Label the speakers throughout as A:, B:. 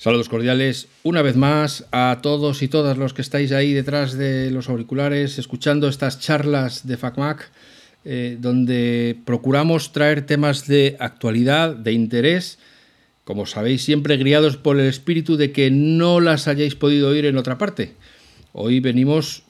A: Saludos cordiales una vez más a todos y todas los que estáis ahí detrás de los auriculares escuchando estas charlas de FacMac, donde procuramos traer temas de actualidad, de interés, como sabéis, siempre guiados por el espíritu de que no las hayáis podido oír en otra parte. Hoy venimos,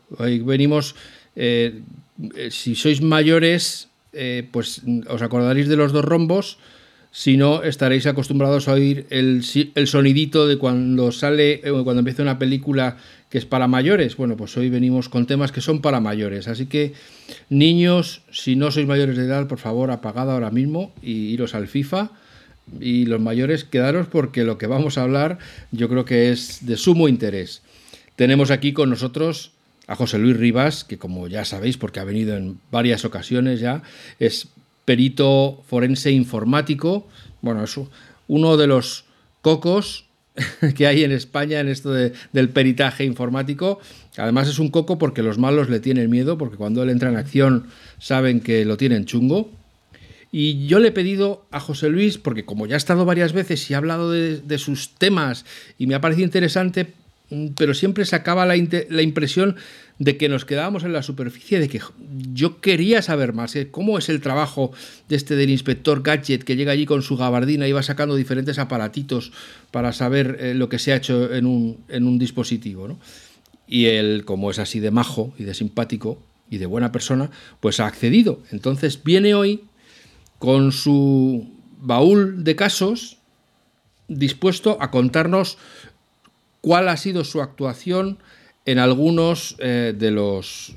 A: si sois mayores, pues os acordaréis de los dos rombos. Si no, estaréis acostumbrados a oír el sonidito de cuando cuando empieza una película que es para mayores. Bueno, pues hoy venimos con temas que son para mayores. Así que, niños, si no sois mayores de edad, por favor, apagad ahora mismo y iros al FIFA. Y los mayores, quedaros porque lo que vamos a hablar yo creo que es de sumo interés. Tenemos aquí con nosotros a José Luis Rivas, que como ya sabéis, porque ha venido en varias ocasiones ya, es perito forense informático. Bueno, es uno de los cocos que hay en España en esto del peritaje informático. Además es un coco porque los malos le tienen miedo, porque cuando él entra en acción saben que lo tienen chungo. Y yo le he pedido a José Luis, porque como ya ha estado varias veces y ha hablado de sus temas y me ha parecido interesante, pero siempre sacaba la impresión de que nos quedábamos en la superficie, de que yo quería saber más, cómo es el trabajo del inspector Gadget, que llega allí con su gabardina y va sacando diferentes aparatitos para saber lo que se ha hecho en un dispositivo, ¿no? Y él, como es así de majo y de simpático y de buena persona, pues ha accedido. Entonces viene hoy con su baúl de casos, dispuesto a contarnos cuál ha sido su actuación en algunos de los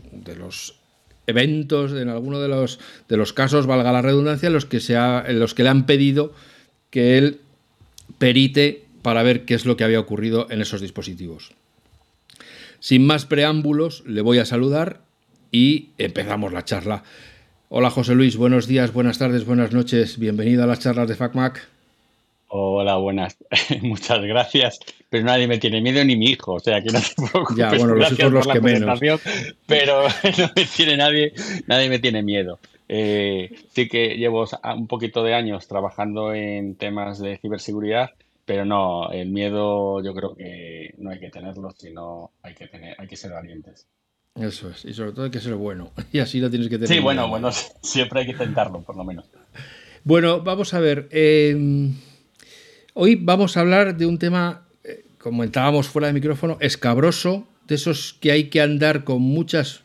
A: eventos, en algunos de los casos, valga la redundancia, en los que le han pedido que él perite para ver qué es lo que había ocurrido en esos dispositivos. Sin más preámbulos, le voy a saludar y empezamos la charla. Hola José Luis, buenos días, buenas tardes, buenas noches, bienvenido a las charlas de FacMac.
B: Hola, buenas. Muchas gracias. Pero nadie me tiene miedo, ni mi hijo. O sea, que no te preocupes.
A: Ya, bueno, los hijos
B: Gracias
A: los
B: por la
A: que menos.
B: presentación. Pero no me tiene nadie me tiene miedo. Sí que llevo un poquito de años trabajando en temas de ciberseguridad, pero no, el miedo yo creo que no hay que tenerlo, sino hay que ser valientes.
A: Eso es, y sobre todo hay que ser bueno, y así no tienes que tener
B: Sí,
A: miedo
B: bueno,
A: a
B: bueno,
A: nada.
B: siempre hay que intentarlo, por lo menos.
A: Bueno, vamos a ver, hoy vamos a hablar de un tema, comentábamos fuera de micrófono, escabroso, de esos que hay que andar con muchos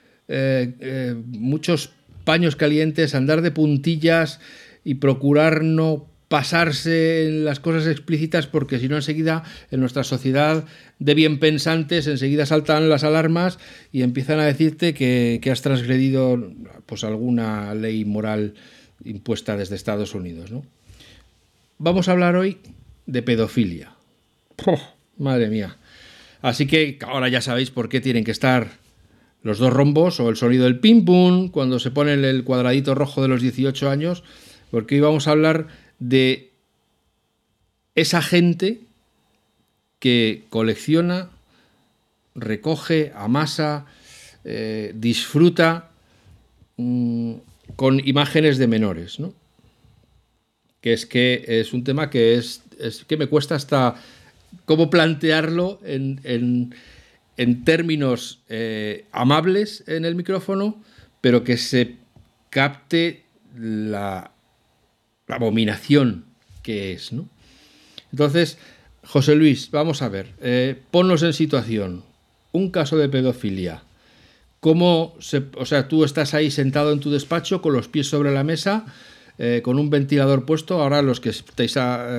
A: paños calientes, andar de puntillas y procurar no pasarse en las cosas explícitas, porque si no enseguida en nuestra sociedad de bien pensantes enseguida saltan las alarmas y empiezan a decirte que has transgredido pues alguna ley moral impuesta desde Estados Unidos, ¿no? Vamos a hablar hoy de pedofilia. ¡Oh, madre mía! Así que ahora ya sabéis por qué tienen que estar los dos rombos o el sonido del pim pum cuando se pone el cuadradito rojo de los 18 años, porque hoy vamos a hablar de esa gente que colecciona, recoge, amasa, disfruta con imágenes de menores, ¿no? Que es un tema que que me cuesta hasta cómo plantearlo en términos amables en el micrófono, pero que se capte la abominación que es, ¿no? Entonces, José Luis, vamos a ver, ponnos en situación. Un caso de pedofilia. O sea, tú estás ahí sentado en tu despacho con los pies sobre la mesa, con un ventilador puesto. Ahora los que estáis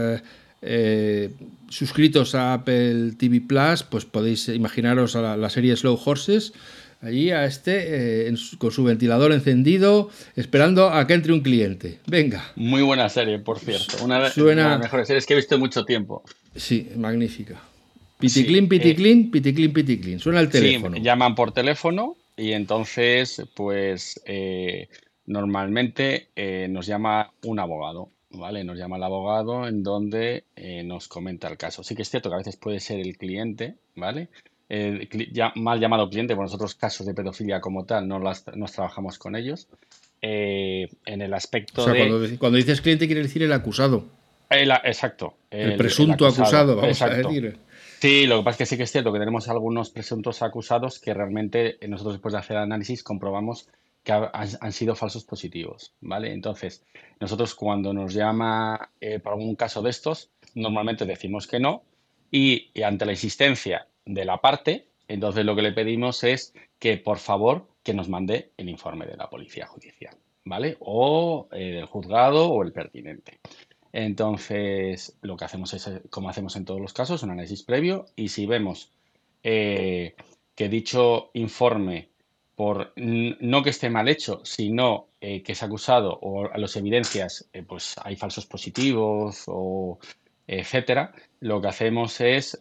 A: suscritos a Apple TV Plus, pues podéis imaginaros a la serie Slow Horses, allí con su ventilador encendido, esperando a que entre un cliente. Venga.
B: Muy buena serie, por cierto. Una de las
A: Suena...
B: mejores series que he visto en mucho tiempo.
A: Sí, magnífica.
B: Sí,
A: Piticlin, piticlin, piticlin, piticlin. Suena el
B: sí,
A: teléfono.
B: llaman por teléfono y entonces, pues, normalmente nos llama un abogado, ¿vale? Nos llama el abogado en donde nos comenta el caso. Sí que es cierto que a veces puede ser el cliente, ¿vale? Ya, mal llamado cliente, por nosotros casos de pedofilia como tal nos trabajamos con ellos. En el
A: O
B: aspecto
A: sea,
B: de
A: cuando dices cliente quiere decir el acusado.
B: Exacto,
A: El
B: el
A: presunto
B: acusado,
A: acusado, vamos a
B: exacto.
A: decir.
B: Sí, lo que pasa es que sí que es cierto que tenemos algunos presuntos acusados que realmente nosotros después de hacer el análisis comprobamos que han sido falsos positivos, ¿vale? Entonces, nosotros cuando nos llama para algún caso de estos, normalmente decimos que no y ante la insistencia de la parte, entonces lo que le pedimos es que por favor que nos mande el informe de la policía judicial, ¿vale? O del juzgado o el pertinente. Entonces, lo que hacemos es, como hacemos en todos los casos, un análisis previo y si vemos eh, que dicho informe, no que esté mal hecho, sino que es acusado o a las evidencias, pues hay falsos positivos o etcétera, lo que hacemos es,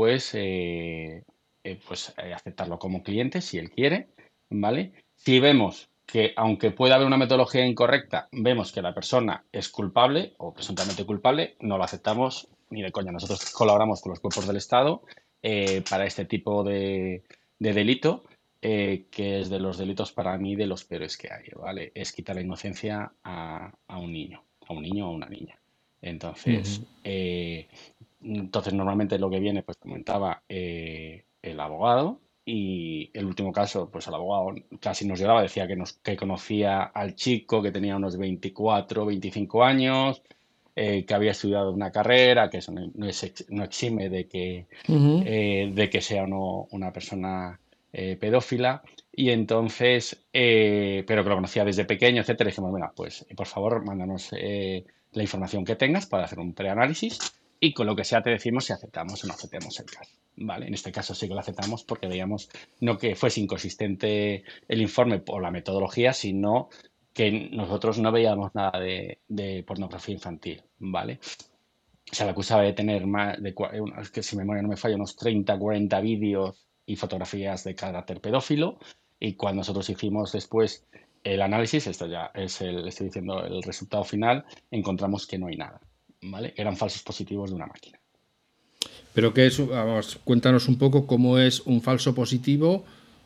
B: aceptarlo como cliente si él quiere, ¿vale? Si vemos que aunque pueda haber una metodología incorrecta, vemos que la persona es culpable o presuntamente culpable, no lo aceptamos ni de coña. Nosotros colaboramos con los cuerpos del Estado para este tipo de delito, que es de los delitos para mí de los peores que hay, ¿vale? Es quitar la inocencia a un niño o a una niña.
A: Ujú.
B: Entonces normalmente lo que viene, pues comentaba el abogado y el último caso, pues el abogado casi nos lloraba, decía que conocía al chico que tenía unos 24, 25 años, que había estudiado una carrera, que eso no exime
A: Ujú.
B: de que sea o no una persona pedófila. Y entonces, pero que lo conocía desde pequeño, etcétera. Y dijimos, mira, pues por favor, mándanos la información que tengas para hacer un preanálisis y con lo que sea te decimos si aceptamos o no aceptamos el caso. ¿Vale? En este caso sí que lo aceptamos porque veíamos no que fuese inconsistente el informe por la metodología, sino que nosotros no veíamos nada de pornografía infantil, ¿vale? Se le acusaba de tener más es que si mi memoria no me falla, unos 30, 40 vídeos y fotografías de carácter pedófilo. Y cuando nosotros hicimos después el análisis, esto ya es estoy diciendo el resultado final, encontramos que no hay nada, ¿vale? Eran falsos positivos de una máquina.
A: Pero que es, vamos, cuéntanos un poco cómo es un falso positivo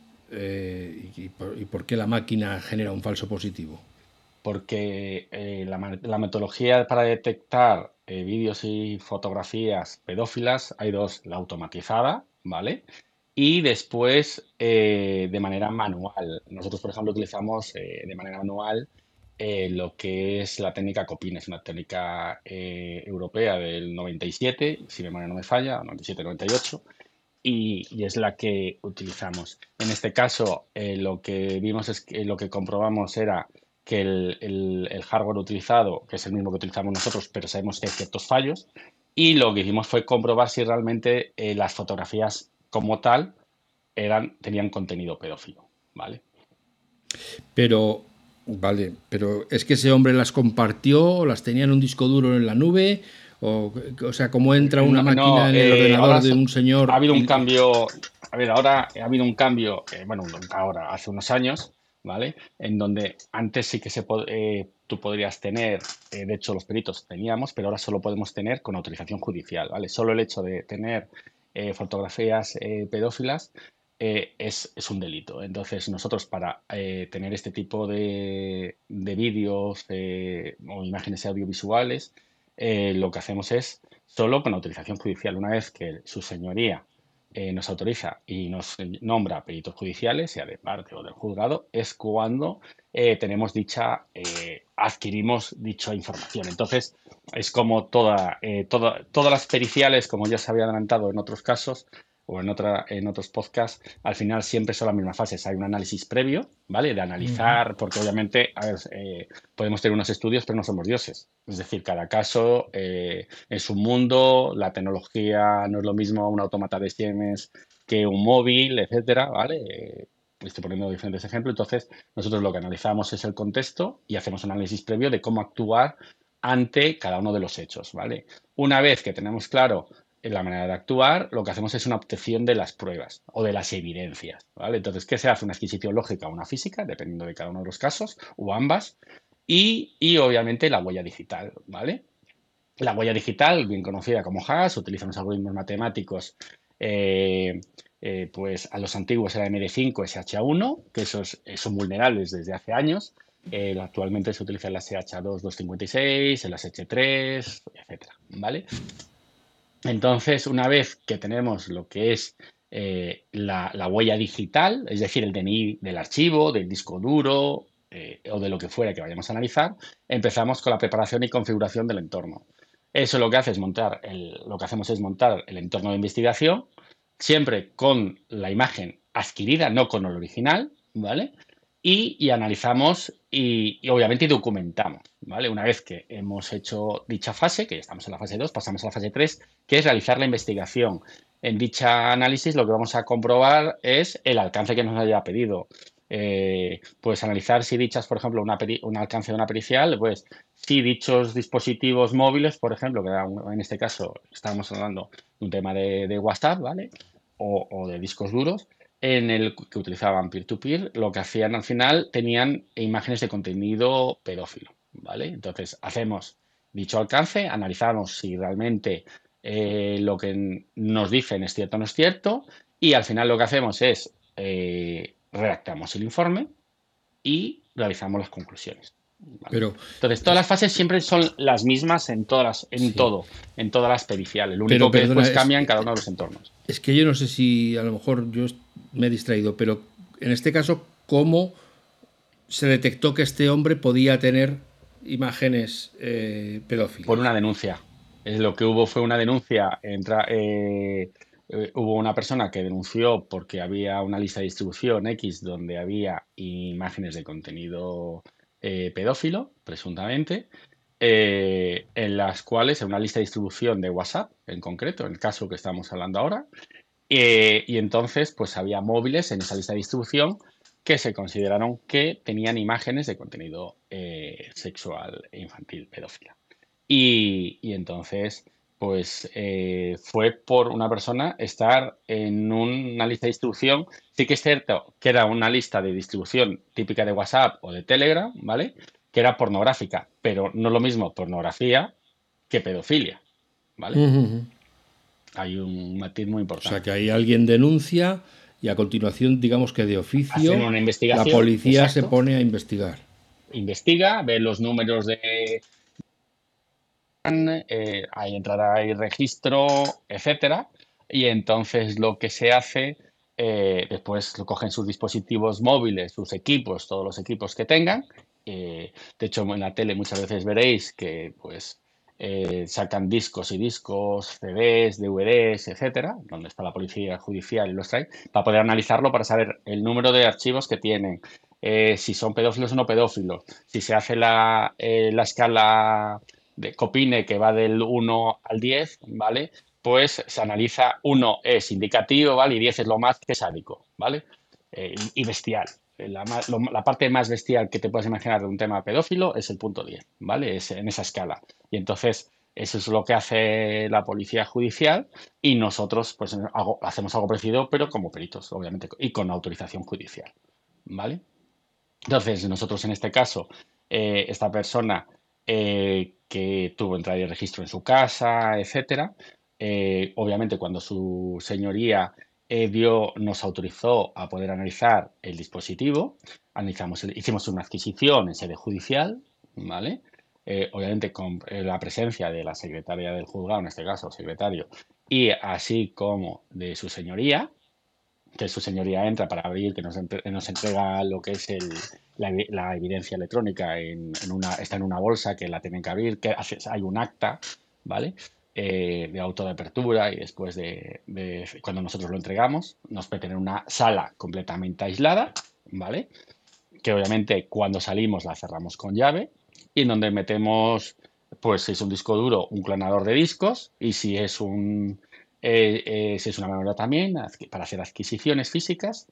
A: y por qué la máquina genera un falso positivo.
B: Porque la metodología para detectar vídeos y fotografías pedófilas hay dos, la automatizada, ¿vale? Y después de manera manual. Nosotros, por ejemplo, utilizamos de manera manual lo que es la técnica COPIN, es una técnica europea del 97, si mi memoria no me falla, 97-98, y es la que utilizamos. En este caso, lo que vimos es que lo que comprobamos era que el hardware utilizado, que es el mismo que utilizamos nosotros, pero sabemos que hay ciertos fallos, y lo que hicimos fue comprobar si realmente las fotografías como tal tenían contenido pedófilo, ¿vale?
A: Pero, vale, pero es que ese hombre las compartió, las tenía en un disco duro en la nube, o sea, cómo entra una
B: No,
A: máquina
B: no,
A: en el ordenador
B: ahora
A: de un
B: ha
A: señor
B: habido un
A: y...
B: cambio, a ver, ahora ha habido un cambio, bueno, ahora, hace unos años, ¿vale? En donde antes sí que tú podrías tener, de hecho los peritos teníamos, pero ahora solo podemos tener con autorización judicial, ¿vale? Solo el hecho de tener fotografías pedófilas es un delito. Entonces nosotros para tener este tipo de vídeos o imágenes audiovisuales, lo que hacemos es solo con autorización judicial. Una vez que su señoría nos autoriza y nos nombra peritos judiciales, sea de parte o del juzgado, es cuando adquirimos dicha información. Entonces, es como todas las periciales, como ya se había adelantado en otros casos o en otros podcasts, al final siempre son las mismas fases. Hay un análisis previo, ¿vale? De analizar, porque obviamente, a ver, podemos tener unos estudios, pero no somos dioses. Es decir, cada caso es un mundo, la tecnología no es lo mismo un automata de Siemens que un móvil, etcétera, ¿vale? Estoy poniendo diferentes ejemplos. Entonces, nosotros lo que analizamos es el contexto y hacemos un análisis previo de cómo actuar ante cada uno de los hechos, ¿vale? Una vez que tenemos claro la manera de actuar, lo que hacemos es una obtención de las pruebas o de las evidencias, ¿vale? Entonces, ¿qué se hace? Una adquisición lógica o una física, dependiendo de cada uno de los casos, o ambas, y obviamente la huella digital, ¿vale? La huella digital, bien conocida como hash, utiliza unos algoritmos matemáticos, eh, pues a los antiguos era MD5, SH1, que esos son vulnerables desde hace años, Actualmente se utiliza en las SH2 256, en las H3, etcétera, ¿vale? Entonces, una vez que tenemos lo que es la huella digital, es decir, el DNI del archivo, del disco duro o de lo que fuera que vayamos a analizar, empezamos con la preparación y configuración del entorno. Eso lo que hace es lo que hacemos es montar el entorno de investigación, siempre con la imagen adquirida, no con el original, ¿vale? Y analizamos y obviamente documentamos, ¿vale? Una vez que hemos hecho dicha fase, que ya estamos en la fase 2, pasamos a la fase 3, que es realizar la investigación. En dicha análisis lo que vamos a comprobar es el alcance que nos haya pedido. Pues analizar si dichas, por ejemplo, un alcance de una pericial, pues si dichos dispositivos móviles, por ejemplo, que en este caso estábamos hablando de un tema de WhatsApp, ¿vale? O de discos duros, en el que utilizaban peer-to-peer, lo que hacían al final tenían imágenes de contenido pedófilo, ¿vale? Entonces hacemos dicho alcance, analizamos si realmente lo que nos dicen es cierto o no es cierto, y al final lo que hacemos es redactamos el informe y realizamos las conclusiones. ¿Vale?
A: Pero,
B: Entonces, todas las fases siempre son las mismas
A: sí.
B: en todas las periciales. Lo
A: Pero
B: único que
A: perdona,
B: después cambia en cada uno de los entornos.
A: es que yo no sé si a lo mejor me he distraído, pero en este caso, ¿cómo se detectó que este hombre podía tener imágenes
B: Por
A: pedófilas?
B: una denuncia. Lo que hubo fue una denuncia. Hubo una persona que denunció porque había una lista de distribución X donde había imágenes de contenido pedófilo, presuntamente, en las cuales, en una lista de distribución de WhatsApp, en concreto, en el caso que estamos hablando ahora, y entonces, pues había móviles en esa lista de distribución que se consideraron que tenían imágenes de contenido sexual e infantil, pedófila. Y entonces, pues fue por una persona estar en una lista de distribución. Sí que es cierto que era una lista de distribución típica de WhatsApp o de Telegram, ¿vale? Que era pornográfica, pero no lo mismo pornografía que pedofilia, ¿vale?
A: Ujú.
B: Hay un matiz muy
A: O sea,
B: importante.
A: que ahí alguien denuncia y a continuación, digamos que de
B: Hacen
A: oficio,
B: una
A: la
B: investigación,
A: policía se
B: exacto,
A: pone a investigar.
B: investiga, ve los números ahí entrará el registro, etcétera, y entonces lo que se hace, después lo cogen sus dispositivos móviles, sus equipos, todos los equipos que tengan. De hecho, en la tele muchas veces veréis que pues sacan discos y discos, CDs, DVDs, etcétera, donde está la policía judicial y los trae, para poder analizarlo, para saber el número de archivos que tienen, si son pedófilos o no pedófilos, si se hace la escala de Copine, que va del 1 al 10, ¿vale? Pues se analiza, 1 es indicativo, ¿vale? Y 10 es lo más que sádico, ¿vale? Y bestial. La parte más bestial que te puedes imaginar de un tema pedófilo es el punto 10, ¿vale? Es en esa escala. Y entonces, eso es lo que hace la policía judicial y nosotros, pues, hacemos algo parecido, pero como peritos, obviamente, y con autorización judicial, ¿vale? Entonces, nosotros en este caso, esta persona que tuvo entrada y registro en su casa, etcétera, obviamente cuando su señoría nos autorizó a poder analizar el dispositivo, hicimos una adquisición en sede judicial, ¿vale? Obviamente con la presencia de la secretaria del juzgado, en este caso, secretario, y así como de su señoría, que su señoría entra para abrir, que nos entrega lo que es la evidencia electrónica está en una bolsa que la tienen que abrir, hay un acta, ¿vale? De auto de apertura y después cuando nosotros lo entregamos, nos meten en una sala completamente aislada, ¿vale? Que obviamente cuando salimos la cerramos con llave y en donde metemos, pues si es un disco duro, un clonador de discos y si es una memoria también, para hacer adquisiciones físicas.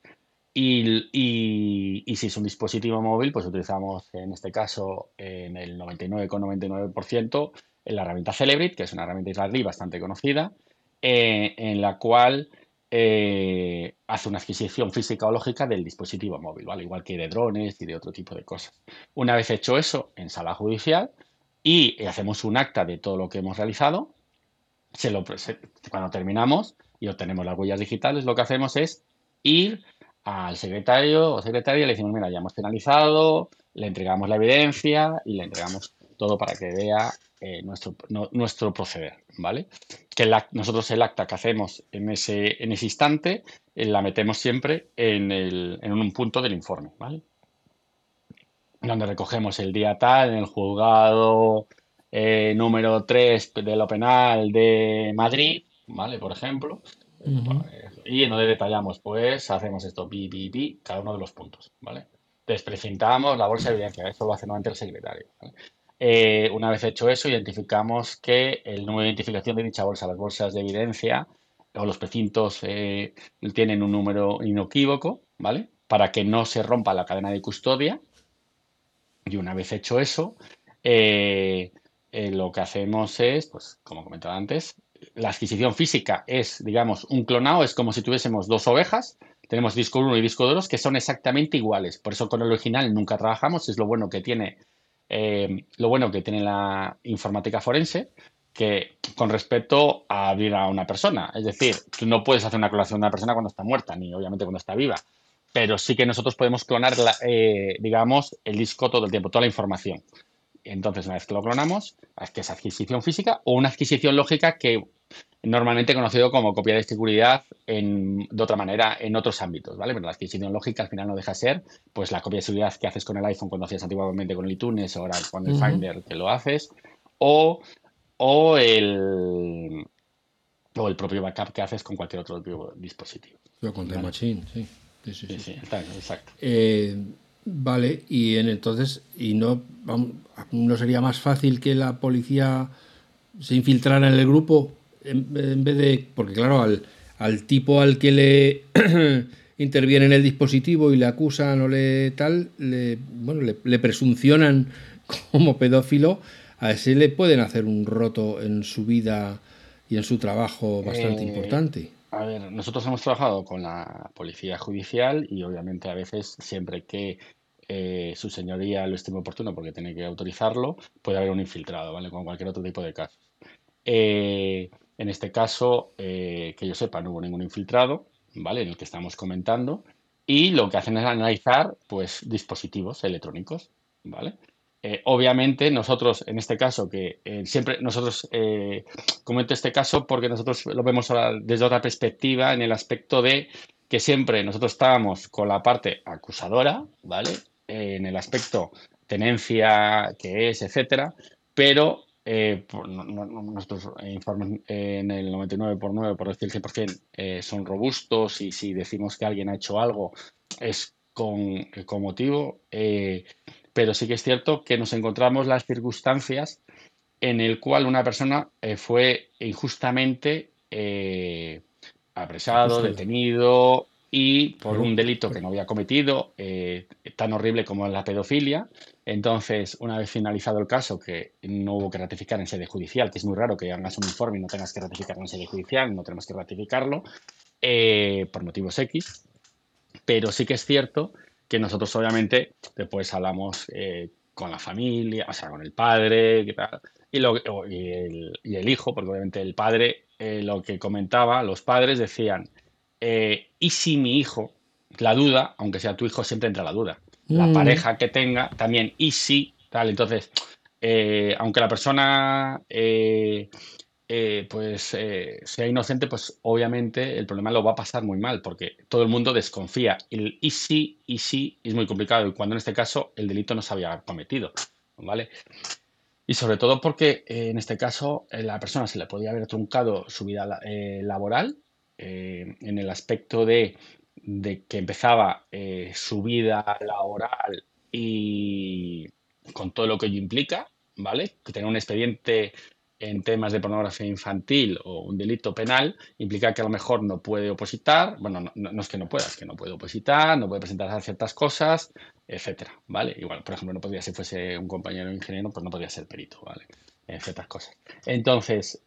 B: Y si es un dispositivo móvil, pues utilizamos en este caso en el 99,99% la herramienta Celebrit, que es una herramienta israelí bastante conocida, en la cual hace una adquisición física o lógica del dispositivo móvil, ¿vale? Igual que de drones y de otro tipo de cosas. Una vez hecho eso en sala judicial y hacemos un acta de todo lo que hemos realizado, cuando terminamos y obtenemos las huellas digitales, lo que hacemos es ir al secretario o secretaria, le decimos, mira, ya hemos finalizado, le entregamos la evidencia y le entregamos todo para que vea nuestro proceder, ¿vale? Que nosotros el acta que hacemos en ese instante la metemos siempre en un punto del informe, ¿vale? Donde recogemos el día tal en el juzgado número 3 de lo penal de Madrid, ¿vale? Por ejemplo.
A: Ujú.
B: Y en donde detallamos, pues hacemos esto, cada uno de los puntos, ¿vale? Despresentamos la bolsa de evidencia, eso lo hace nuevamente el secretario, ¿vale? Una vez hecho eso, identificamos que el número de identificación de dicha bolsa, las bolsas de evidencia o los precintos tienen un número inequívoco, ¿vale? Para que no se rompa la cadena de custodia. Y una vez hecho eso, eh, lo que hacemos es, pues como comentaba antes, la adquisición física es, digamos, un clonado, es como si tuviésemos dos ovejas, tenemos disco 1 y disco 2 que son exactamente iguales. Por eso con el original nunca trabajamos, es lo bueno que tiene la informática forense, que con respecto a abrir a una persona. Es decir, tú no puedes hacer una clonación de una persona cuando está muerta, ni obviamente cuando está viva, pero sí que nosotros podemos clonar, digamos, el disco todo el tiempo, toda la información. Entonces, una vez que lo clonamos, es que es adquisición física o una adquisición lógica que normalmente conocido como copia de seguridad de otra manera en otros ámbitos, ¿vale? Pero la adquisición lógica al final no deja de ser pues la copia de seguridad que haces con el iPhone cuando hacías antiguamente con el iTunes, ahora con el
A: Ujú.
B: Finder que lo haces, o, o el, o el propio backup que haces con cualquier otro dispositivo,
A: Yo con Time
B: ¿vale?
A: Machine, sí. Sí, sí,
B: Sí,
A: sí,
B: sí,
A: sí.
B: exacto.
A: Eh, vale, y en entonces, y no, no sería más fácil que la policía se infiltrara en el grupo en vez de, porque claro, al tipo al que le interviene en el dispositivo y le acusan o le tal, bueno, le presuncionan como pedófilo, a ese le pueden hacer un roto en su vida y en su trabajo bastante
B: Eh,
A: importante.
B: a ver, nosotros hemos trabajado con la policía judicial y obviamente a veces, siempre que su señoría lo estime oportuno, porque tiene que autorizarlo, puede haber un infiltrado, ¿vale? Con cualquier otro tipo de casos. En este caso, que yo sepa, no hubo ningún infiltrado, ¿vale? En el que estamos comentando. Y lo que hacen es analizar, pues, dispositivos electrónicos, ¿vale? Obviamente, nosotros, en este caso, que siempre nosotros comento este caso porque nosotros lo vemos ahora desde otra perspectiva, en el aspecto de que siempre nosotros estábamos con la parte acusadora, ¿vale? En el aspecto tenencia, que es, etcétera, pero nuestros informes en el 99 por decir el 100%, son robustos y si decimos que alguien ha hecho algo es con motivo, pero sí que es cierto que nos encontramos las circunstancias en el cual una persona fue injustamente apresado,
A: Acusada.
B: detenido y por
A: Claro,
B: un delito que
A: claro.
B: no había cometido, tan horrible como la pedofilia. Entonces, una vez finalizado el caso, que no hubo que ratificar en sede judicial, que es muy raro que hagas un informe y no tengas que ratificarlo en sede judicial, no tenemos que ratificarlo por motivos X, pero sí que es cierto que nosotros obviamente después hablamos con la familia, o sea, con el padre, ¿qué tal? Y el hijo, porque obviamente el padre, lo que comentaba, los padres decían, ¿y si mi hijo, la duda, aunque sea tu hijo, siempre entra la duda, la
A: Mm,
B: pareja que tenga también, ¿y si? Tal, entonces, aunque la persona pues sea inocente, pues obviamente el problema lo va a pasar muy mal, porque todo el mundo desconfía. Y sí, es muy complicado, y cuando en este caso el delito no se había cometido, ¿vale? Y sobre todo porque en este caso la persona se le podía haber truncado su vida laboral, en el aspecto de que empezaba su vida laboral y con todo lo que ello implica, ¿vale? Que tener un expediente en temas de pornografía infantil o un delito penal implica que a lo mejor no puede opositar, bueno, no es que no pueda, es que no puede opositar, no puede presentar ciertas cosas, etcétera, ¿vale? Igual, por ejemplo, no podría, si fuese un compañero ingeniero, pues no podría ser perito, ¿vale? En ciertas cosas. Entonces,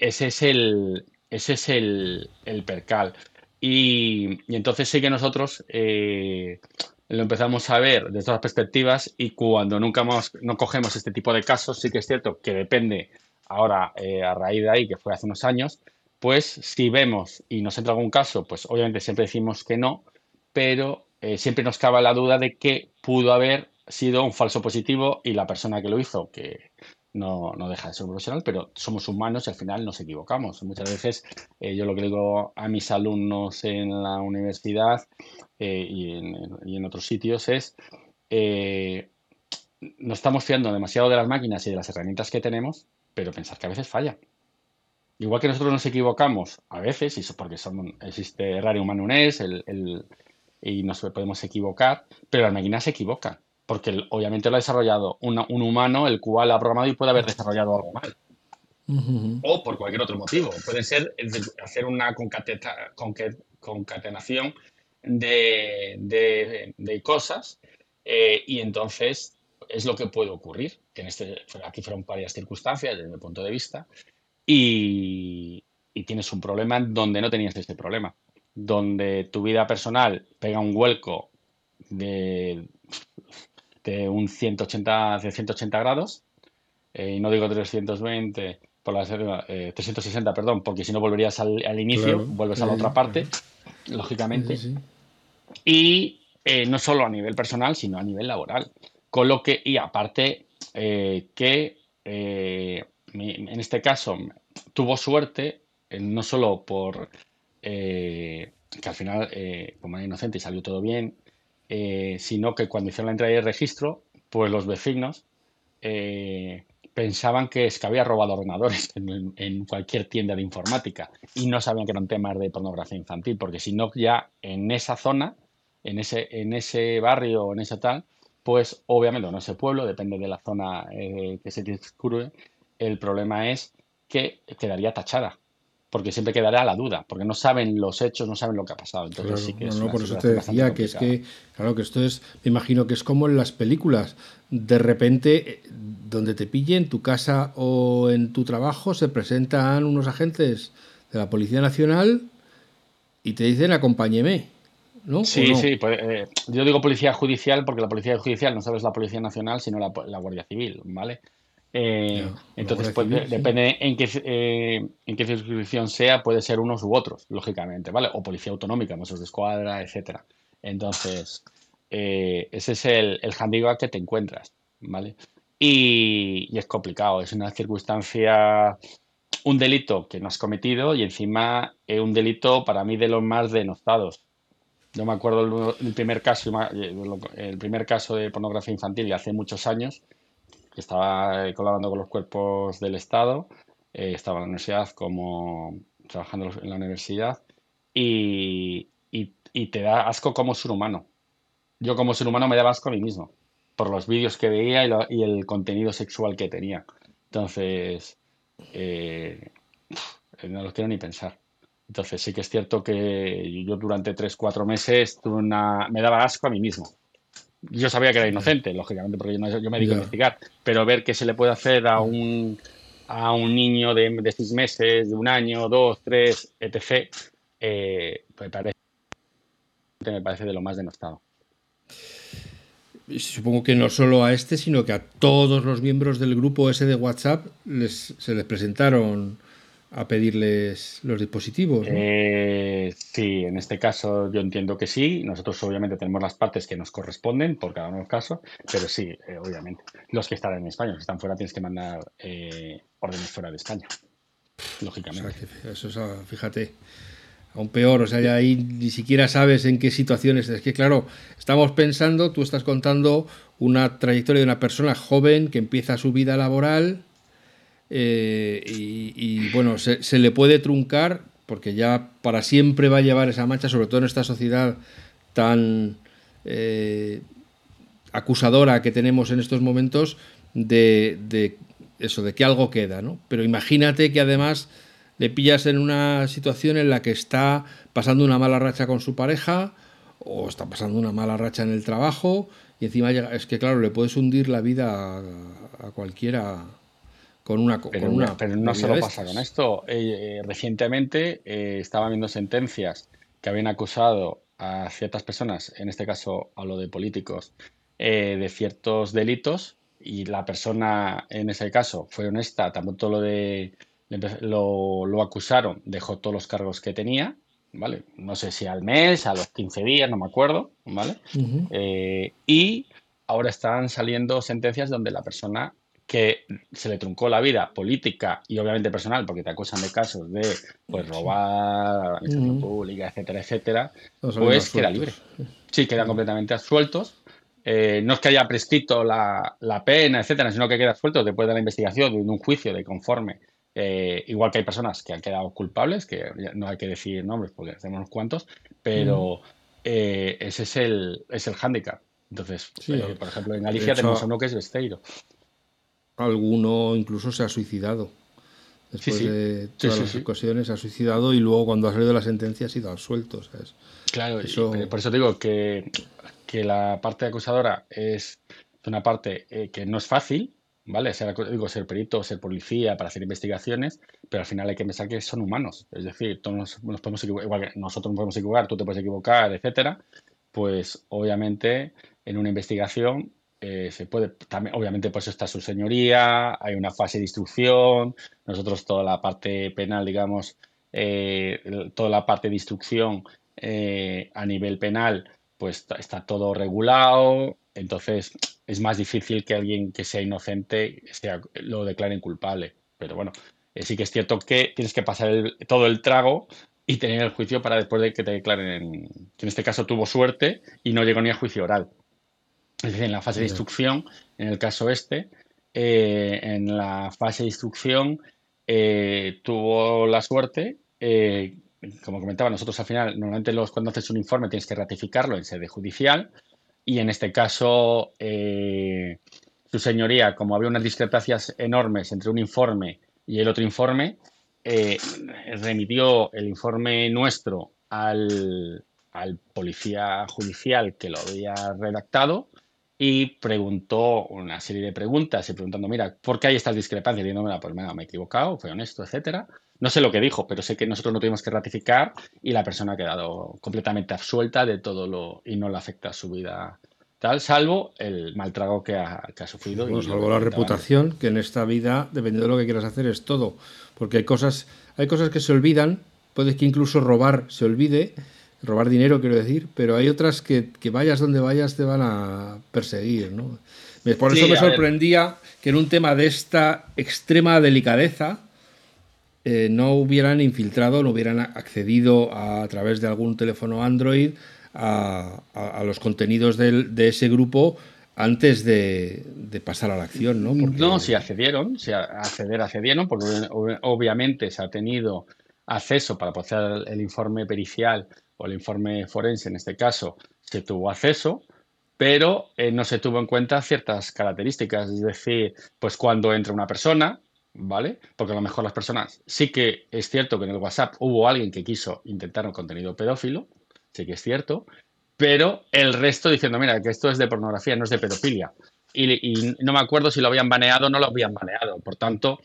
B: ese es el percal. Y entonces sí que nosotros lo empezamos a ver desde otras perspectivas, y cuando nunca más no cogemos este tipo de casos, sí que es cierto que depende ahora, a raíz de ahí, que fue hace unos años, pues si vemos y nos entra algún caso, pues obviamente siempre decimos que no, pero siempre nos cabe la duda de que pudo haber sido un falso positivo y la persona que lo hizo, que no deja de ser un profesional, pero somos humanos y al final nos equivocamos. Muchas veces yo lo que digo a mis alumnos en la universidad y en otros sitios es, eh, nos estamos fiando demasiado de las máquinas y de las herramientas que tenemos, pero pensar que a veces falla. Igual que nosotros nos equivocamos a veces, y eso porque existe errare humanum est, y nos podemos equivocar, pero las máquinas se equivocan, porque obviamente lo ha desarrollado un humano, el cual ha programado y puede haber desarrollado algo mal,
A: Ujú.
B: o por cualquier otro motivo. Puede ser hacer una concatenación de cosas, y entonces es lo que puede ocurrir, que aquí fueron varias circunstancias desde mi punto de vista, y tienes un problema donde no tenías ese problema, donde tu vida personal pega un vuelco de, de 180 grados, y no digo 320 360, perdón, porque si no volverías al inicio,
A: Claro,
B: vuelves a la
A: sí,
B: otra
A: sí, claro.
B: parte,
A: Sí, sí,
B: lógicamente,
A: sí.
B: y no solo a nivel personal, sino a nivel laboral. Con lo que, y aparte, que en este caso tuvo suerte, no solo por que al final, como era inocente y salió todo bien, sino que cuando hicieron la entrada y el registro, pues los vecinos pensaban que había robado ordenadores en cualquier tienda de informática y no sabían que eran temas de pornografía infantil, porque si no, ya en esa zona, en ese barrio, en ese tal, pues obviamente, o en ese pueblo, depende de la zona que se descubre, el problema es que quedaría tachada, porque siempre quedará la duda, porque no saben los hechos, no saben lo que ha pasado. Entonces sí
A: Claro,
B: que
A: no,
B: es
A: no,
B: una
A: por eso te
B: situación bastante
A: decía que es
B: complicada.
A: que, claro, que esto es, me imagino que es como en las películas. De repente, donde te pille, en tu casa o en tu trabajo, se presentan unos agentes de la Policía Nacional y te dicen acompáñeme, ¿no? ¿O
B: Sí,
A: no?
B: sí, pues, yo digo policía judicial porque la policía judicial no solo es la Policía Nacional, sino la Guardia Civil, ¿vale?
A: Ya, la
B: Entonces,
A: Guardia
B: pues
A: Civil, sí.
B: depende en qué circunscripción sea, puede ser unos u otros, lógicamente, ¿vale? O policía autonómica, Mossos de Escuadra, etcétera. Entonces, ese es el handicap que te encuentras, ¿vale? Y es complicado, es una circunstancia, un delito que no has cometido y encima un delito para mí de los más denostados. Yo me acuerdo el primer caso, el primer caso de pornografía infantil de hace muchos años, que estaba colaborando con los cuerpos del Estado, estaba en la universidad como trabajando en la universidad y te da asco como ser humano. Yo como ser humano me daba asco a mí mismo por los vídeos que veía y el contenido sexual que tenía. Entonces, eh, no los quiero ni pensar. Entonces sí que es cierto que yo durante 3 4 meses me daba asco a mí mismo. Yo sabía que era
A: Ya,
B: inocente, lógicamente, porque yo me dedico a
A: ya.
B: investigar, pero ver qué se le puede hacer a un niño de 6 meses, de un año, dos, tres, etc., me parece de lo más denostado.
A: Y supongo que no solo a este, sino que a todos los miembros del grupo ese de WhatsApp se les presentaron a pedirles los dispositivos, ¿no?
B: Sí, en este caso yo entiendo que sí. Nosotros obviamente tenemos las partes que nos corresponden por cada uno de los casos, pero sí, obviamente. Los que están en España, los que están fuera, tienes que mandar órdenes fuera de España,
A: O sea,
B: lógicamente.
A: que eso es, fíjate, aún peor, o sea, ya ahí ni siquiera sabes en qué situaciones. Es que, claro, estamos pensando, tú estás contando una trayectoria de una persona joven que empieza su vida laboral bueno, se le puede truncar porque ya para siempre va a llevar esa mancha, sobre todo en esta sociedad tan eh, acusadora que tenemos en estos momentos de eso, de que algo queda, ¿no? Pero imagínate que además le pillas en una situación en la que está pasando una mala racha con su pareja o está pasando una mala racha en el trabajo y encima es que claro, le puedes hundir la vida a cualquiera
B: Pero,
A: con una
B: pero no
A: movida
B: solo
A: de
B: pasa con
A: estas.
B: esto. Recientemente estaba viendo sentencias que habían acusado a ciertas personas, en este caso hablo de políticos, de ciertos delitos y la persona en ese caso fue honesta, tampoco lo acusaron, dejó todos los cargos que tenía, ¿vale? No sé si al mes, a los 15 días, no me acuerdo, ¿vale?
A: Ujú.
B: Y ahora están saliendo sentencias donde la persona que se le truncó la vida política y obviamente personal, porque te acusan de casos de pues
A: Sí.
B: robar a la administración
A: Ujú.
B: pública, etcétera, etcétera,
A: Están saliendo
B: pues queda
A: absueltos.
B: libre. Sí, quedan completamente absueltos. No es que haya prescrito la pena, etcétera, sino que queda absuelto después de la investigación, de un juicio de conforme. Igual que hay personas que han quedado culpables, que no hay que decir nombres porque hacemos unos cuantos,
A: Ujú.
B: pero ese es el hándicap. Entonces,
A: Sí,
B: por ejemplo, en
A: de
B: Galicia tenemos
A: hecho,
B: uno que es Besteiro.
A: alguno incluso se ha suicidado.
B: Sí,
A: Después
B: sí,
A: de
B: sí,
A: todas
B: sí,
A: las
B: sí.
A: ocasiones se ha suicidado y luego cuando ha salido la sentencia ha sido absuelto, ¿sabes?
B: Claro, y
A: Eso,
B: por eso digo que la parte acusadora es una parte que no es fácil, ¿vale? Digo, ser perito, ser policía para hacer investigaciones, pero al final hay que pensar que son humanos. Es decir, todos nos podemos equivocar, igual que nosotros nos podemos equivocar, tú te puedes equivocar, etcétera. Pues obviamente en una investigación se puede, también, obviamente por eso está su señoría, hay una fase de instrucción, nosotros toda la parte penal, digamos, toda la parte de instrucción a nivel penal, pues está todo regulado, entonces es más difícil que alguien que sea inocente lo declaren culpable. Pero bueno, sí que es cierto que tienes que pasar todo el trago y tener el juicio para después de que te declaren, que en este caso tuvo suerte y no llegó ni a juicio oral. Es decir, en la fase de
A: ya.
B: instrucción, en el caso este, en la fase de instrucción tuvo la suerte, como comentaba, nosotros al final, normalmente cuando haces un informe tienes que ratificarlo en sede judicial y en este caso, su señoría, como había unas discrepancias enormes entre un informe y el otro informe, eh, remitió el informe nuestro al policía judicial que lo había redactado y preguntó una serie de preguntas y preguntando, mira, ¿por qué hay estas discrepancias? Y diciendo, mira, pues me he equivocado, fue honesto, etcétera. No sé lo que dijo, pero sé que nosotros no tuvimos que ratificar y la persona ha quedado completamente absuelta de todo lo y no le afecta a su vida tal, salvo el mal trago que ha
A: Sí,
B: sufrido
A: bueno,
B: y lo que
A: salvo la
B: comentaba antes.
A: reputación, que en esta vida, dependiendo de lo que quieras hacer, es todo. Porque hay cosas que se olvidan, puede que incluso robar se olvide, robar dinero quiero decir, pero hay otras que vayas donde vayas te van a perseguir, ¿no? Por eso
B: Sí,
A: me
B: a ver,
A: sorprendía que en un tema de esta extrema delicadeza no hubieran infiltrado, no hubieran accedido a través de algún teléfono Android a los contenidos de ese grupo antes de pasar a la acción, ¿no?
B: no,
A: Porque
B: si accedieron, si accedieron, porque obviamente se ha tenido acceso para poder hacer el informe pericial o el informe forense, en este caso, se tuvo acceso, pero no se tuvo en cuenta ciertas características, es decir, pues cuando entra una persona, ¿vale? Porque a lo mejor las personas, sí que es cierto que en el WhatsApp hubo alguien que quiso intentar un contenido pedófilo, sí que es cierto, pero el resto diciendo, mira, que esto es de pornografía, no es de pedofilia. Y no me acuerdo si lo habían baneado o no lo habían baneado. Por tanto,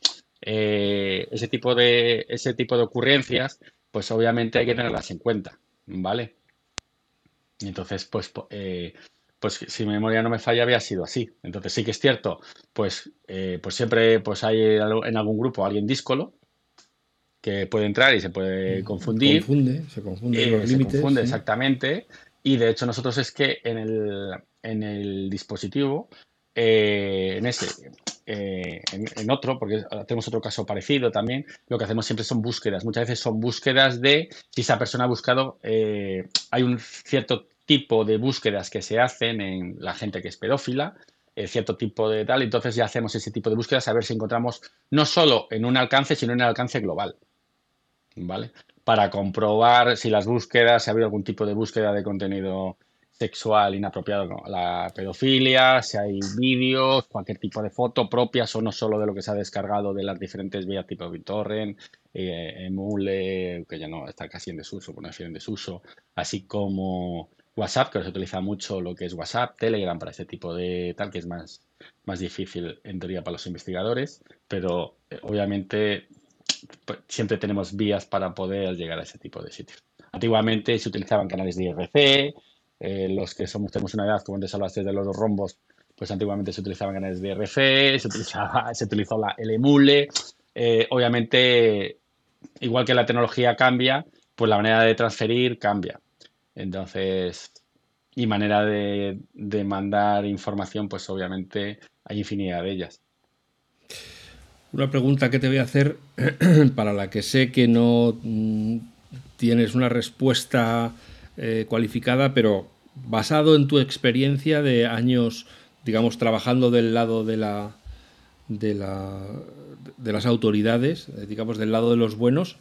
B: ese tipo de ocurrencias, pues obviamente hay que tenerlas en cuenta, ¿vale? Y entonces, pues si mi memoria no me falla, había sido así. Entonces sí que es cierto, pues siempre pues hay en algún grupo alguien díscolo que puede entrar y se puede confundir,
A: se confunden los
B: se
A: límites,
B: confunde
A: sí.
B: exactamente. Y de hecho nosotros es que en el dispositivo, en ese, en otro, porque tenemos otro caso parecido también, lo que hacemos siempre son búsquedas. Muchas veces son búsquedas de si esa persona ha buscado, hay un cierto tipo de búsquedas que se hacen en la gente que es pedófila, cierto tipo de tal, entonces ya hacemos ese tipo de búsquedas a ver si encontramos no solo en un alcance, sino en el alcance global. ¿Vale? Para comprobar si las búsquedas, si ha habido algún tipo de búsqueda de contenido sexual inapropiado, como la pedofilia, si hay vídeos, cualquier tipo de foto propias o no solo de lo que se ha descargado de las diferentes vías tipo BitTorrent, Emule, que ya no está casi en desuso, por no decir en desuso, así como WhatsApp, que se utiliza mucho lo que es WhatsApp, Telegram para este tipo de tal, que es más difícil en teoría para los investigadores, pero obviamente pues, siempre tenemos vías para poder llegar a ese tipo de sitios. Antiguamente se utilizaban canales de IRC, los que tenemos una edad, como antes hablaste de los rombos, pues antiguamente se utilizaban canales de IRC, se utilizó el emule. Obviamente, igual que la tecnología cambia, pues la manera de transferir cambia. Entonces, y manera de mandar información, pues obviamente hay infinidad de ellas.
A: Una pregunta que te voy a hacer para la que sé que no tienes una respuesta cualificada, pero basado en tu experiencia de años, digamos, trabajando del lado de, la, de las autoridades, digamos, del lado de los buenos,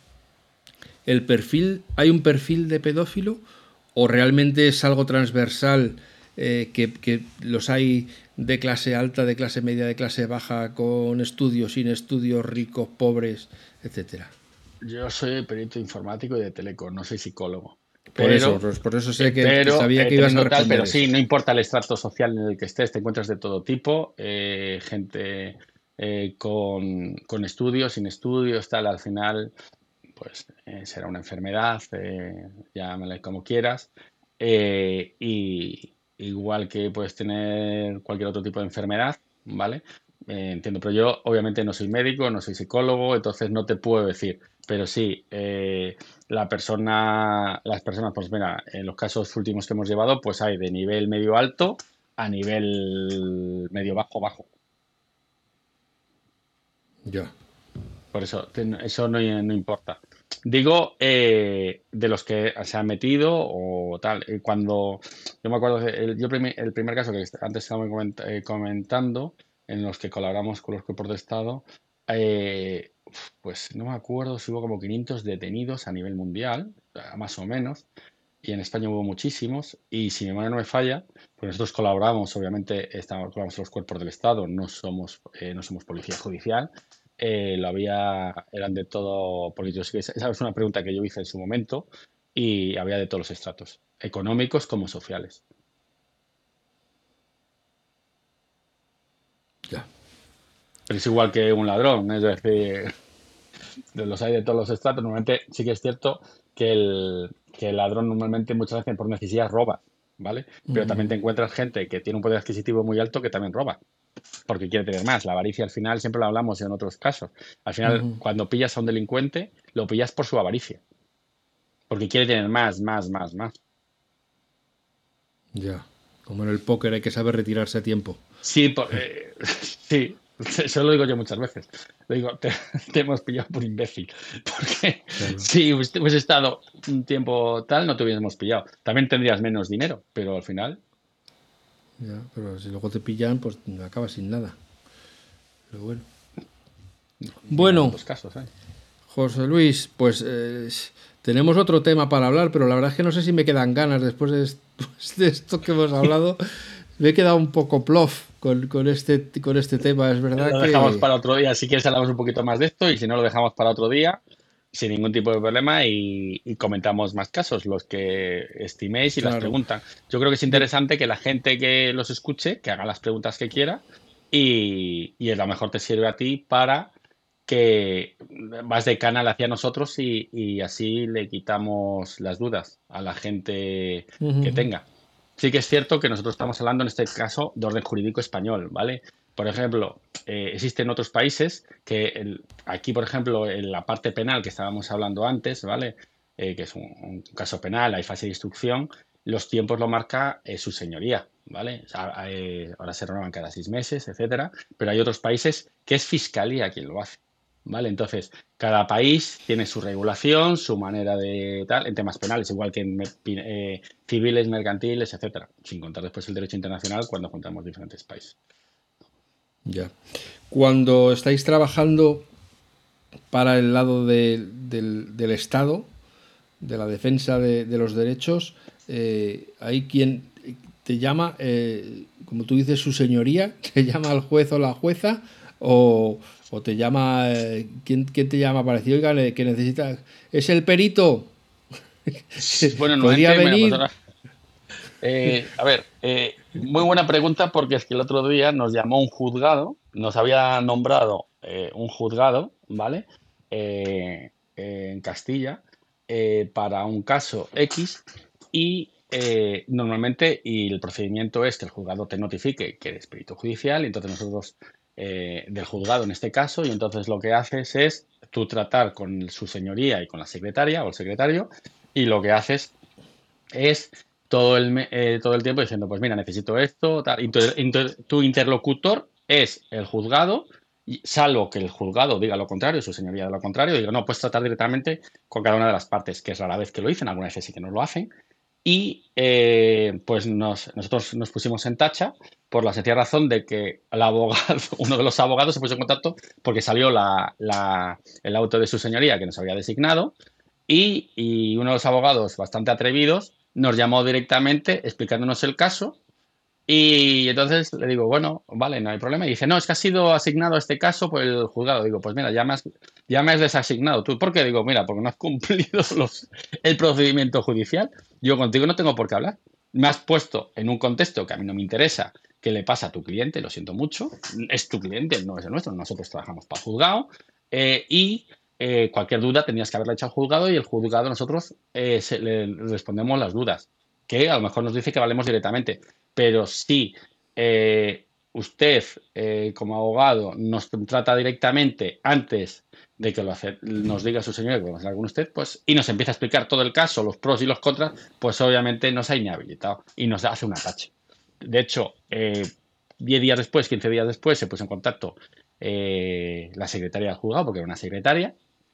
A: ¿hay un perfil de pedófilo o realmente es algo transversal que los hay de clase alta, de clase media, de clase baja, con estudios, sin estudios, ricos, pobres, etcétera?
B: Yo soy perito informático y de telecom, no soy psicólogo,
A: Por eso,
B: pero,
A: pues por eso sé que
B: pero
A: sabía que ibas a
B: teniendo tal,
A: responder
B: pero
A: eso.
B: sí, no importa el estrato social en el que estés, te encuentras de todo tipo, gente con estudios, sin estudios, tal, al final, pues será una enfermedad, llámale como quieras, y igual que puedes tener cualquier otro tipo de enfermedad, ¿vale? Entiendo, pero yo obviamente no soy médico, no soy psicólogo, entonces no te puedo decir, pero sí, las personas, pues mira, en los casos últimos que hemos llevado, pues hay de nivel medio alto a nivel medio bajo bajo.
A: Ya.
B: Por eso, eso no importa. Digo, de los que se han metido o tal. Cuando yo me acuerdo, el primer caso que antes estaba comentando, en los que colaboramos con los cuerpos de Estado, pues no me acuerdo si hubo como 500 detenidos a nivel mundial, más o menos, y en España hubo muchísimos, y si mi memoria no me falla, pues nosotros colaboramos, obviamente, colaboramos en los cuerpos del Estado, no somos policía judicial, eran de todo políticos. Esa es una pregunta que yo hice en su momento y había de todos los estratos, económicos como sociales.
A: Ya.
B: Pero es igual que un ladrón, es decir, los hay de todos los estratos. Normalmente sí que es cierto que el ladrón normalmente muchas veces por necesidad roba, ¿vale? Pero también te encuentras gente que tiene un poder adquisitivo muy alto que también roba, porque quiere tener más. La avaricia al final, siempre lo hablamos en otros casos. Al final, cuando pillas a un delincuente, lo pillas por su avaricia, porque quiere tener más, más, más, más.
A: Ya. Como en el póker hay que saber retirarse a tiempo.
B: Sí, sí, eso lo digo yo muchas veces. Lo digo, te hemos pillado por imbécil. Porque
A: Claro.
B: si hubiese estado un tiempo tal, no te hubiésemos pillado. También tendrías menos dinero, pero al final,
A: Ya. Pero si luego te pillan, pues acabas sin nada. Pero bueno.
B: mira
A: Bueno,
B: cuántos casos hay.
A: José Luis, pues tenemos otro tema para hablar, pero la verdad es que no sé si me quedan ganas después de esto que hemos hablado. Me he quedado un poco plof con este tema. Es verdad
B: Lo dejamos
A: que,
B: para otro día. Si quieres, hablamos un poquito más de esto y si no, lo dejamos para otro día sin ningún tipo de problema y comentamos más casos, los que estiméis y las
A: claro,
B: preguntas. Yo creo que es
A: de-
B: interesante que la gente que los escuche, que haga las preguntas que quiera y a lo mejor te sirve a ti para que vas de canal hacia nosotros y así le quitamos las dudas a la gente que tenga. Sí que es cierto que nosotros estamos hablando en este caso de orden jurídico español, ¿vale? Por ejemplo, existen otros países que aquí, por ejemplo, en la parte penal que estábamos hablando antes, ¿vale? Que es un caso penal, hay fase de instrucción, los tiempos lo marca su señoría, ¿vale? O sea, ahora se renuevan cada 6 meses, etcétera, pero hay otros países que es fiscalía quien lo hace, ¿vale? Entonces, cada país tiene su regulación, su manera de tal, en temas penales, igual que en civiles, mercantiles, etcétera, sin contar después el derecho internacional cuando juntamos diferentes países.
A: ya. Cuando estáis trabajando para el lado del Estado, de la defensa de los derechos, hay quien te llama, como tú dices, su señoría, te llama al juez o la jueza, o te llama, ¿quién te llama para decir, oiga, que necesita, es el perito,
B: Bueno,
A: podría
B: normalmente, mira, pues
A: venir.
B: ahora, a ver, muy buena pregunta porque es que el otro día nos llamó un juzgado, nos había nombrado un juzgado, ¿vale? En Castilla, para un caso X y normalmente y el procedimiento es que el juzgado te notifique que eres perito judicial y entonces nosotros del juzgado en este caso, y entonces lo que haces es tú tratar con su señoría y con la secretaria o el secretario, y lo que haces es todo el tiempo diciendo, pues mira, necesito esto, tal. Y tu interlocutor es el juzgado, salvo que el juzgado diga lo contrario, su señoría diga lo contrario, digo, no, puedes tratar directamente con cada una de las partes, que es rara vez que lo dicen, algunas veces sí que no lo hacen. Y pues nosotros nos pusimos en tacha por la sencilla razón de que el abogado, uno de los abogados se puso en contacto porque salió el auto de su señoría que nos había designado y uno de los abogados bastante atrevidos nos llamó directamente explicándonos el caso y entonces le digo, bueno, vale, no hay problema. Y dice, no, es que ha sido asignado a este caso por el juzgado. Digo, pues mira, ya me has desasignado tú. ¿Por qué? Digo, mira, porque no has cumplido el procedimiento judicial. Yo contigo no tengo por qué hablar. Me has puesto en un contexto que a mí no me interesa qué le pasa a tu cliente, lo siento mucho. Es tu cliente, no es el nuestro. Nosotros trabajamos para el juzgado. Cualquier duda tenías que haberla hecho al juzgado y el juzgado nosotros le respondemos las dudas, que a lo mejor nos dice que valemos directamente. Pero si usted, como abogado, nos trata directamente antes de que nos diga su señoría que podemos hablar con usted, pues, y nos empieza a explicar todo el caso, los pros y los contras, pues obviamente nos ha inhabilitado y nos hace un atache. De hecho, 10 días después, 15 días después, se puso en contacto la secretaria del juzgado, porque era una secretaria,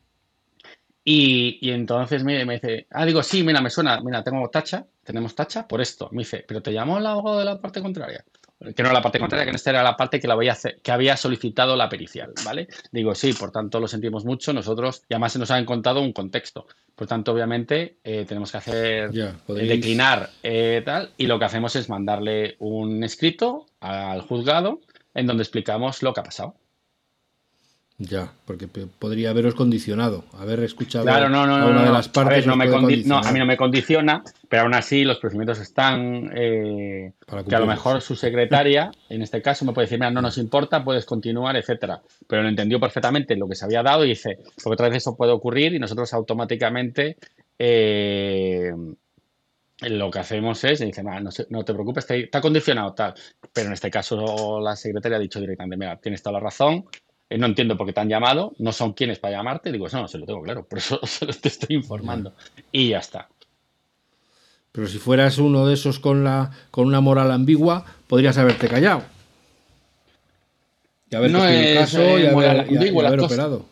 B: y entonces me dice, digo, sí, mira, me suena, mira, tenemos tacha por esto. Me dice, pero te llamó el abogado de la parte contraria. Que no era la parte contraria, que en esta era la parte que había solicitado la pericial, ¿vale? Digo, sí, por tanto, lo sentimos mucho. Nosotros, y además se nos han contado un contexto. Por tanto, obviamente, tenemos que hacer, declinar tal, y lo que hacemos es mandarle un escrito al juzgado en donde explicamos lo que ha pasado.
A: Ya, porque podría haberos condicionado, haber escuchado
B: claro,
A: a una de las partes.
B: A mí no me condiciona, pero aún así los procedimientos están que a lo mejor su secretaria, en este caso, me puede decir, mira, no nos importa, puedes continuar, etcétera. Pero lo entendió perfectamente lo que se había dado y dice, porque otra vez eso puede ocurrir y nosotros automáticamente lo que hacemos es, dice, no te preocupes, está condicionado tal. Pero en este caso la secretaria ha dicho directamente, mira, tienes toda la razón. No entiendo por qué te han llamado, no son quienes para llamarte. Digo, no, se lo tengo claro, por eso te estoy informando. Y ya está.
A: Pero si fueras uno de esos con una moral ambigua, podrías haberte callado. Y haber cogido el caso y haber operado.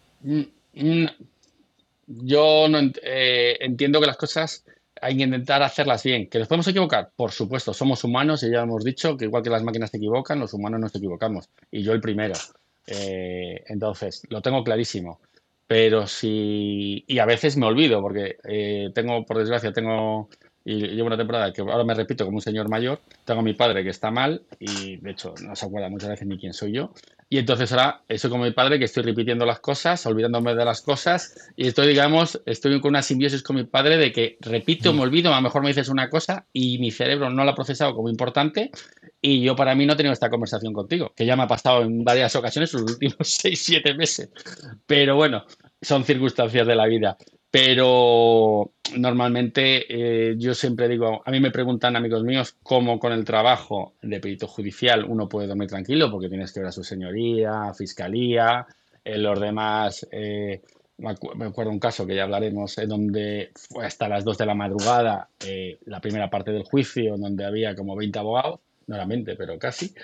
B: Yo no entiendo que las cosas hay que intentar hacerlas bien. ¿Que nos podemos equivocar? Por supuesto, somos humanos y ya hemos dicho que igual que las máquinas se equivocan, los humanos nos equivocamos. Y yo el primero. Entonces, lo tengo clarísimo. Pero y a veces me olvido, porque por desgracia, y llevo una temporada que ahora me repito como un señor mayor, tengo a mi padre que está mal y de hecho no se acuerda muchas veces ni quién soy yo. Y entonces ahora soy como mi padre que estoy repitiendo las cosas, olvidándome de las cosas y estoy con una simbiosis con mi padre de que repito, me olvido, a lo mejor me dices una cosa y mi cerebro no la ha procesado como importante y yo para mí no he tenido esta conversación contigo, que ya me ha pasado en varias ocasiones los últimos 6-7 meses. Pero bueno, son circunstancias de la vida. Pero normalmente yo siempre digo, a mí me preguntan amigos míos cómo con el trabajo de perito judicial uno puede dormir tranquilo porque tienes que ver a su señoría, fiscalía, los demás. Me acuerdo un caso que ya hablaremos, donde fue hasta las 2 de la madrugada la primera parte del juicio, donde había como 20 abogados, no eran 20, pero casi.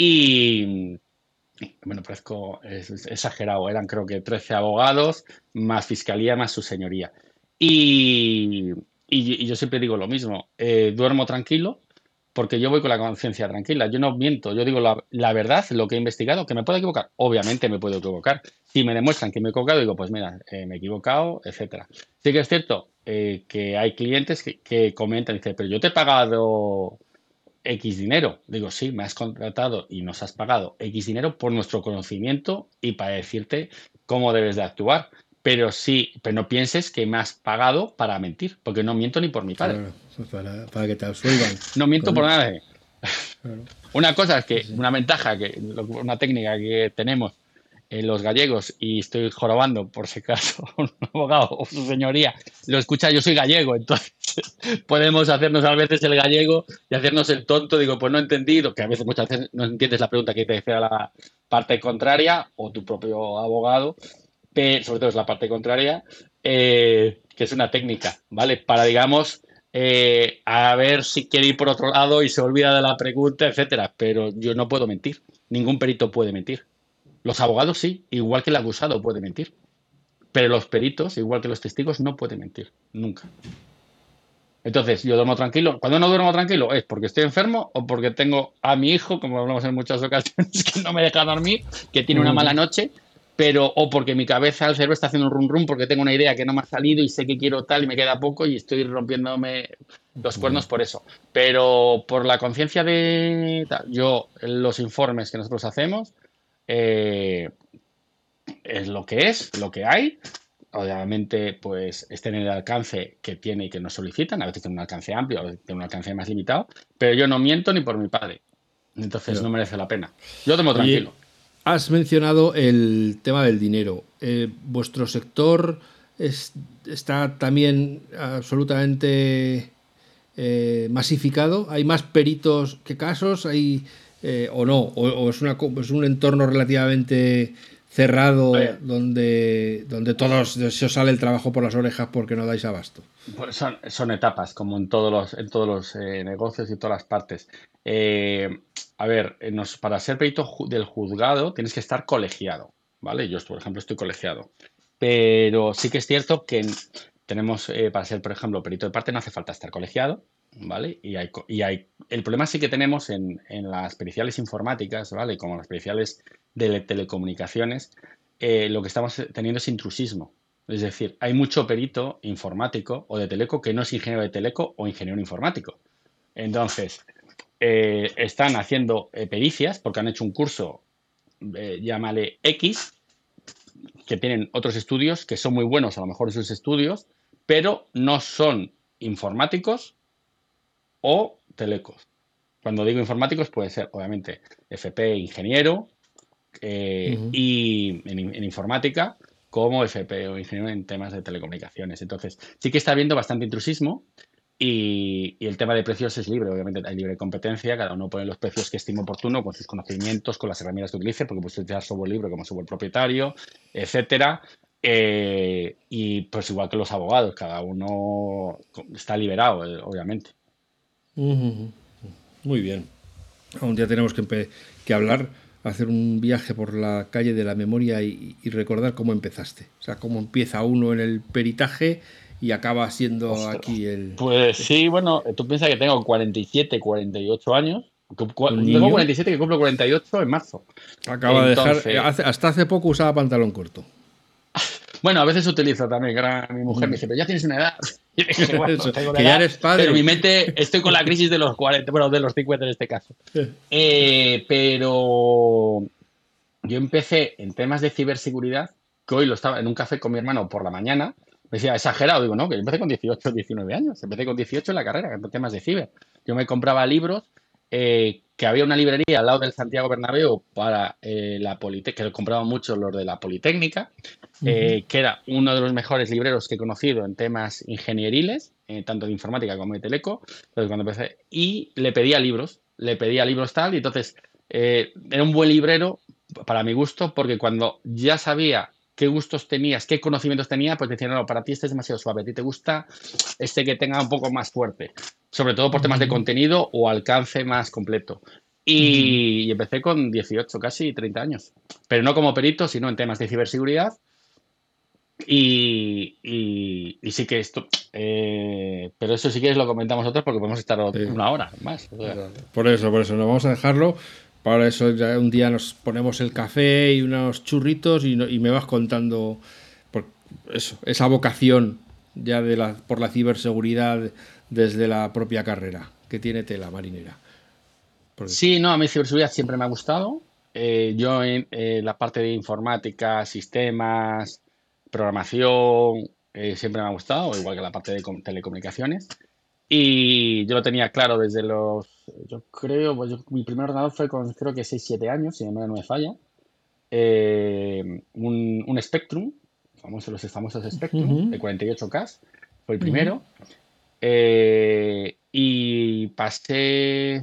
B: Y bueno, parezco exagerado, eran creo que 13 abogados, más fiscalía, más su señoría. Y yo siempre digo lo mismo, duermo tranquilo porque yo voy con la conciencia tranquila, yo no miento, yo digo la verdad, lo que he investigado, que me puedo equivocar, obviamente me puedo equivocar. Si me demuestran que me he equivocado, digo, pues mira, me he equivocado, etcétera. Sí que es cierto que hay clientes que comentan, dicen, pero yo te he pagado X dinero. Digo, sí, me has contratado y nos has pagado X dinero por nuestro conocimiento y para decirte cómo debes de actuar. Pero no pienses que me has pagado para mentir, porque no miento ni por mi padre.
A: Claro, para que te absuelvan.
B: No miento por nadie. Claro. Una cosa es que, una ventaja, una técnica que tenemos los gallegos, y estoy jorobando por si acaso un abogado o su señoría lo escucha, yo soy gallego, entonces podemos hacernos a veces el gallego y hacernos el tonto, digo, pues no he entendido, que a veces muchas veces no entiendes la pregunta que te decía parte contraria o tu propio abogado, sobre todo es la parte contraria, que es una técnica, ¿vale? Para, digamos, a ver si quiere ir por otro lado y se olvida de la pregunta, etcétera. Pero yo no puedo mentir. Ningún perito puede mentir. Los abogados sí, igual que el acusado puede mentir. Pero los peritos, igual que los testigos, no pueden mentir. Nunca. Entonces, yo duermo tranquilo. Cuando no duermo tranquilo es porque estoy enfermo o porque tengo a mi hijo, como hablamos en muchas ocasiones, que no me deja dormir, que tiene una mala noche, pero o porque mi cabeza, el cerebro está haciendo un rum rum porque tengo una idea que no me ha salido y sé que quiero tal y me queda poco y estoy rompiéndome los cuernos por eso. Pero por la conciencia de tal, yo, los informes que nosotros hacemos, eh, es lo que hay. Obviamente, pues es tener el alcance que tiene y que nos solicitan. A veces tiene un alcance amplio, a veces tiene un alcance más limitado, pero yo no miento ni por mi padre. Entonces no
A: Pero,
B: merece la pena. Yo tomo
A: oye,
B: tranquilo.
A: has mencionado el tema del dinero. ¿Vuestro sector está también absolutamente masificado? ¿Hay más peritos que casos? ¿O no? ¿O es un entorno relativamente
B: A
A: cerrado
B: ver,
A: donde todos se os sale el trabajo por las orejas porque no dais abasto?
B: pues son etapas, como en todos los negocios y todas las partes. Eh, a ver, para ser perito del juzgado tienes que estar colegiado, ¿vale? Yo, por ejemplo, estoy colegiado. Pero sí que es cierto que tenemos, para ser, por ejemplo, perito de parte no hace falta estar colegiado, ¿vale? El problema sí que tenemos en las periciales informáticas, ¿vale? Como las periciales de telecomunicaciones, lo que estamos teniendo es intrusismo. Es decir, hay mucho perito informático o de teleco que no es ingeniero de teleco o ingeniero informático. Entonces, están haciendo pericias porque han hecho un curso, llámale X, que tienen otros estudios que son muy buenos a lo mejor en sus estudios, pero no son informáticos o telecos. Cuando digo informáticos puede ser, obviamente, FP ingeniero y en informática como FP o ingeniero en temas de telecomunicaciones. Entonces, sí que está habiendo bastante intrusismo y el tema de precios es libre, obviamente hay libre competencia, cada uno pone los precios que estime oportuno con sus conocimientos, con las herramientas que utilice, porque puedes utilizar software libre como software propietario, etcétera. Y pues igual que los abogados, cada uno está liberado, obviamente.
A: Muy bien. Un día tenemos que hablar, hacer un viaje por la calle de la memoria y recordar cómo empezaste. O sea, cómo empieza uno en el peritaje y acaba siendo
B: Ostras.
A: aquí
B: Pues sí, bueno, tú piensas que tengo 47, 48 años.
A: un
B: Tengo
A: niño.
B: 47 que cumplo 48 en marzo.
A: Acaba de dejar.
B: Entonces,
A: Hasta hace poco usaba pantalón corto.
B: bueno, a veces utilizo también, que ahora mi mujer me dice, pero ya tienes una edad. Y dije, bueno,
A: Eso,
B: tengo una
A: que ya
B: edad,
A: eres
B: pero
A: padre.
B: mi mente, estoy con la crisis de los 40, bueno, de los 50 en este caso. Pero yo empecé en temas de ciberseguridad, que hoy lo estaba en un café con mi hermano por la mañana. Me decía, exagerado. Digo, no, que yo empecé con 18, 19 años. Empecé con 18 en la carrera, en temas de ciber. Yo me compraba libros, que había una librería al lado del Santiago Bernabéu para la Politécnica, que compraba mucho los de la Politécnica, que era uno de los mejores libreros que he conocido en temas ingenieriles, tanto de informática como de teleco. Entonces, cuando empecé, y le pedía libros tal, y entonces era un buen librero para mi gusto, porque cuando ya sabía qué gustos tenías, qué conocimientos tenía, pues decían, no, para ti este es demasiado suave, a ti te gusta este que tenga un poco más fuerte, sobre todo por temas de contenido o alcance más completo. Y empecé con 18, casi 30 años, pero no como perito, sino en temas de ciberseguridad. Y sí que esto, pero eso sí que lo comentamos nosotros porque podemos estar
A: Sí.
B: una hora más. O sea.
A: Por eso, no vamos a dejarlo. Para eso ya un día nos ponemos el café y unos churritos y me vas contando por eso, esa vocación ya por la ciberseguridad desde la propia carrera que tiene tela marinera. Porque,
B: Sí, no, a mí ciberseguridad siempre me ha gustado. Yo en la parte de informática, sistemas, programación, siempre me ha gustado, igual que la parte de telecomunicaciones. Y yo lo tenía claro desde yo creo, pues mi primer ordenador fue con creo que 6 7 años, si la memoria no me falla. Un Spectrum, los famosos Spectrum, de 48K, fue el primero. Y pasé.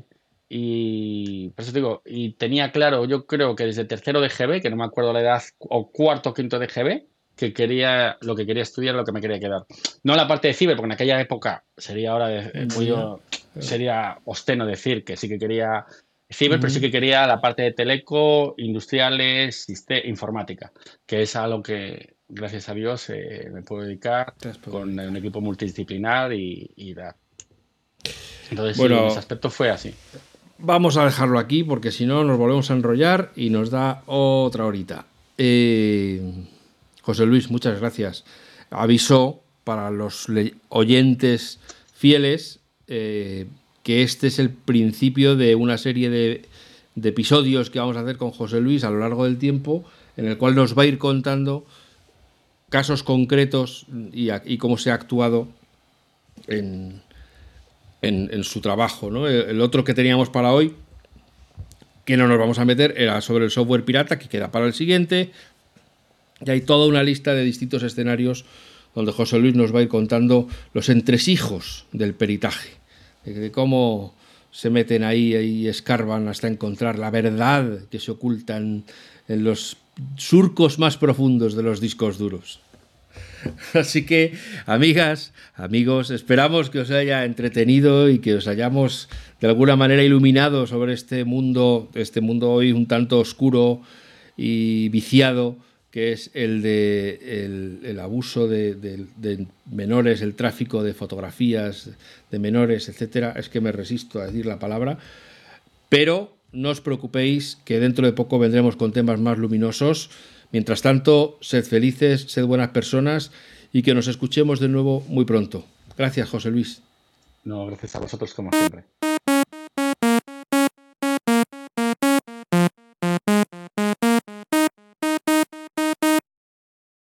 B: Y por eso te digo, y tenía claro, yo creo que desde tercero de GB, que no me acuerdo la edad, o cuarto o quinto de GB, que quería lo que quería estudiar, lo que me quería quedar. No la parte de ciber, porque en aquella época sería ahora
A: Hombre, ya.
B: sería obsceno decir que sí que quería ciber, pero sí
A: Ujú.
B: que quería la parte de teleco, industriales, informática, que es a lo que, gracias a Dios, me puedo dedicar
A: Te has podido
B: con un
A: dedicar.
B: equipo multidisciplinar y dar. Entonces sí, en ese
A: Bueno,
B: aspecto fue así.
A: vamos a dejarlo aquí porque si no nos volvemos a enrollar y nos da otra horita. Eh, José Luis, muchas gracias. Aviso para los oyentes fieles que este es el principio de una serie de episodios que vamos a hacer con José Luis a lo largo del tiempo, en el cual nos va a ir contando casos concretos y cómo se ha actuado en, en su trabajo, ¿no? El otro que teníamos para hoy, que no nos vamos a meter, era sobre el software pirata, que queda para el siguiente. Y hay toda una lista de distintos escenarios donde José Luis nos va a ir contando los entresijos del peritaje, de cómo se meten ahí y escarban hasta encontrar la verdad que se oculta en los surcos más profundos de los discos duros. Así que, amigas, amigos, esperamos que os haya entretenido y que os hayamos de alguna manera iluminado sobre este mundo hoy un tanto oscuro y viciado, que es el abuso de menores, el tráfico de fotografías de menores, etcétera. Es que me resisto a decir la palabra, pero no os preocupéis que dentro de poco vendremos con temas más luminosos. Mientras tanto, sed felices, sed buenas personas y que nos escuchemos de nuevo muy pronto. Gracias, José Luis.
B: No, gracias a vosotros como siempre.